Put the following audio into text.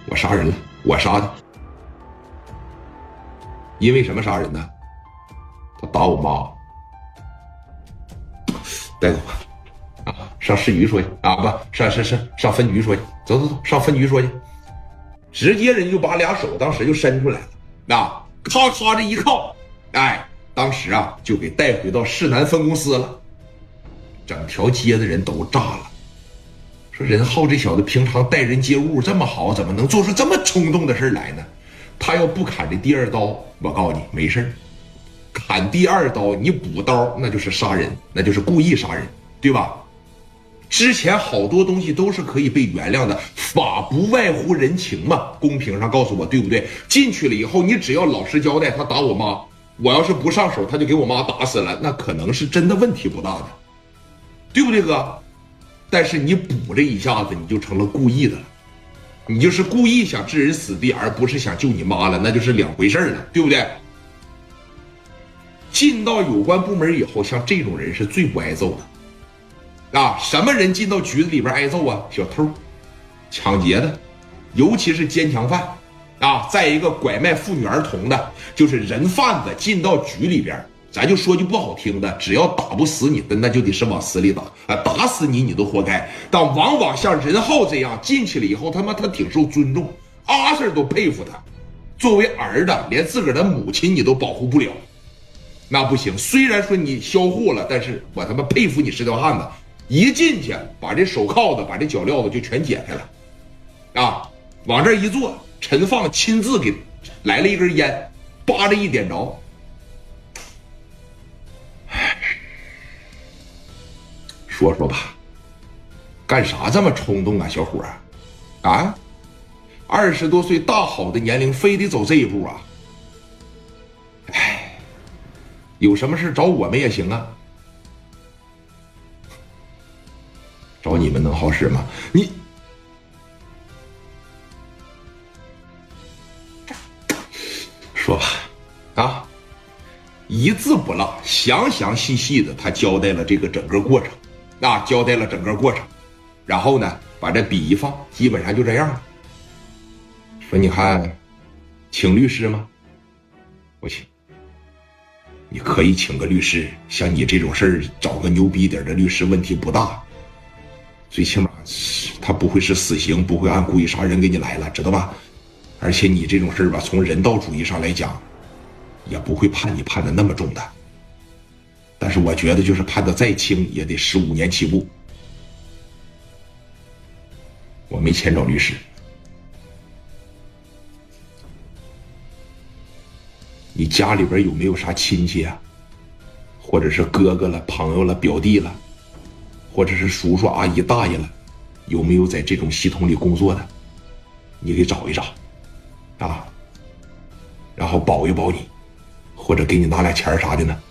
我杀人了，我杀的。因为什么杀人呢？他打我妈。带走吧，啊，上市局说去啊，不上分局说去，走，上分局说去。直接人就把俩手当时就伸出来了，啊，咔咔这一靠，哎，当时啊就给带回到市南分公司了。整条街的人都炸了，说任浩这小子平常待人接物这么好，怎么能做出这么冲动的事来呢？他要不砍这第二刀，我告诉你没事，砍第二刀你补刀那就是杀人，那就是故意杀人，对吧？之前好多东西都是可以被原谅的，法不外乎人情嘛。公屏上告诉我对不对？进去了以后，你只要老实交代，他打我妈，我要是不上手，他就给我妈打死了，那可能是真的问题不大的，对不对哥？但是你补这一下子，你就成了故意的了，你就是故意想置人死地，而不是想救你妈了，那就是两回事了，对不对？进到有关部门以后，像这种人是最不挨揍的。啊，什么人进到局子里边挨揍啊？小偷、抢劫的，尤其是奸强犯啊！再一个拐卖妇女儿童的，就是人贩子进到局里边，咱就说句不好听的，只要打不死你的，那就得是往死里打啊！打死你，你都活该。但往往像任浩这样进去了以后，他挺受尊重，阿 Sir 都佩服他。作为儿的，连自个儿的母亲你都保护不了，那不行。虽然说你销户了，但是我佩服你是条汉子。一进去，把这手铐子、把这脚镣子就全解开了，啊，往这一坐，陈放亲自给来了一根烟，扒着一点着。说说吧，干啥这么冲动啊，小伙儿？啊，20多岁大好的年龄，非得走这一步啊？哎，有什么事找我们也行啊。找你们能好使吗？你说吧，啊，一字不落，详详细细的，他交代了这个整个过程，啊，交代了整个过程，然后呢，把这笔一放，基本上就这样了。说你看，请律师吗？不请。你可以请个律师，像你这种事儿，找个牛逼点的律师问题不大。最起码他不会是死刑，不会按故意杀人给你来了，知道吧？而且你这种事儿吧，从人道主义上来讲，也不会判你判的那么重的。但是我觉得就是判的再轻，也得15年起步。我没钱找律师，你家里边有没有啥亲戚啊？或者是哥哥了、朋友了、表弟了？或者是叔叔阿姨大爷了，有没有在这种系统里工作的？你给找一找，啊，然后保一保你，或者给你拿俩钱啥的呢？